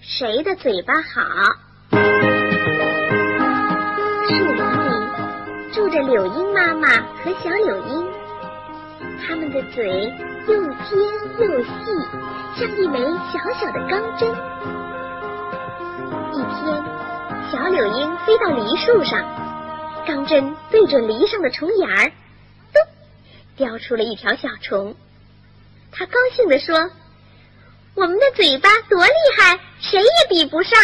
谁的嘴巴好。树林里住着柳莺妈妈和小柳莺，它们的嘴又尖又细，像一枚小小的钢针。一天，小柳莺飞到梨树上，钢针对准梨上的虫眼儿，咚，叼出了一条小虫。它高兴地说：“我们的嘴巴多厉害，谁也比不上。”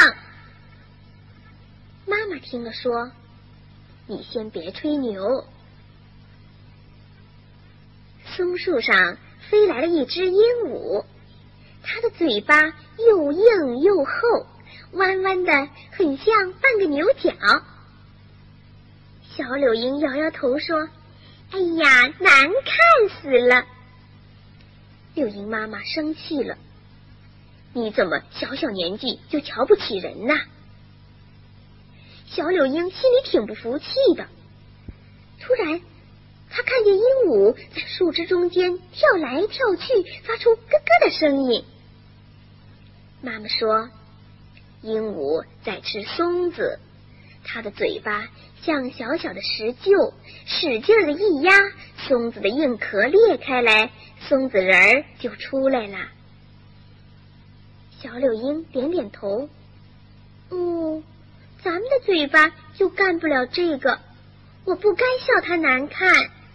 妈妈听了说：“你先别吹牛。”松树上飞来了一只鹦鹉，它的嘴巴又硬又厚，弯弯的很像半个牛角。小柳莺摇摇头说：“哎呀，难看死了。”柳莺妈妈生气了：“你怎么小小年纪就瞧不起人呢？”小柳莺心里挺不服气的。突然他看见鹦鹉在树枝中间跳来跳去，发出咯咯的声音。妈妈说：“鹦鹉在吃松子，它的嘴巴像小小的石臼，使劲的一压，松子的硬壳裂开来，松子仁儿就出来了。”小柳莺点点头：“咱们的嘴巴就干不了这个，我不该笑它难看。”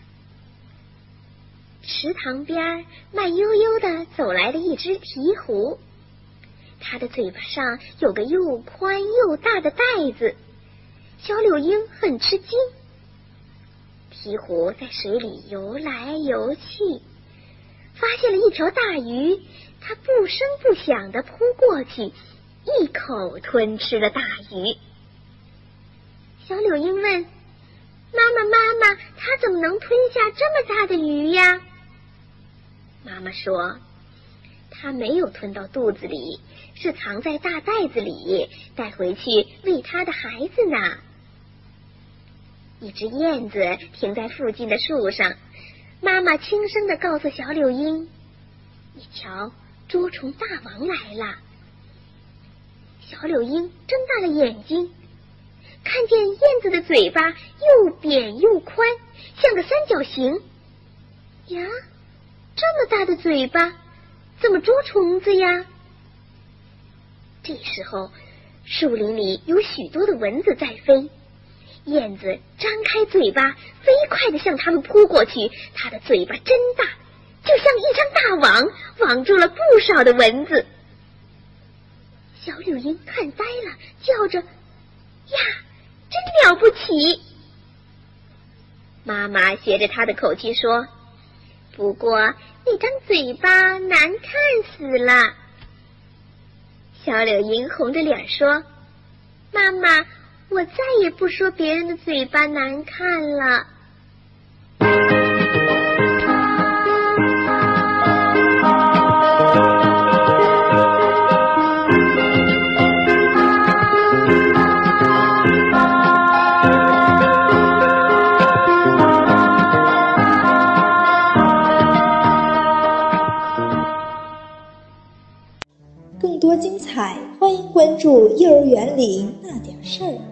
池塘边慢悠悠地走来了一只鹈鹕，它的嘴巴上有个又宽又大的袋子。小柳莺很吃惊。鹈鹕在水里游来游去，发现了一条大鱼，它不声不响地扑过去，一口吞吃了大鱼。小柳莺问：“妈妈，它怎么能吞下这么大的鱼呀？”妈妈说：“它没有吞到肚子里，是藏在大袋子里，带回去喂它的孩子呢。”一只燕子停在附近的树上，妈妈轻声地告诉小柳莺：“你瞧，捉虫大王来了。”小柳莺睁大了眼睛，看见燕子的嘴巴又扁又宽，像个三角形。呀，这么大的嘴巴，怎么捉虫子呀？这时候，树林里有许多的蚊子在飞，燕子张开嘴巴，飞快地向它们扑过去，它的嘴巴真大，就像一张大网，网住了不少的蚊子。小柳莺看呆了，叫着：“呀，真了不起！”妈妈学着她的口气说：“不过那张嘴巴难看死了。”小柳莺红着脸说：“妈妈，我再也不说别人的嘴巴难看了。” 更多精彩，欢迎关注幼儿园里那点事儿。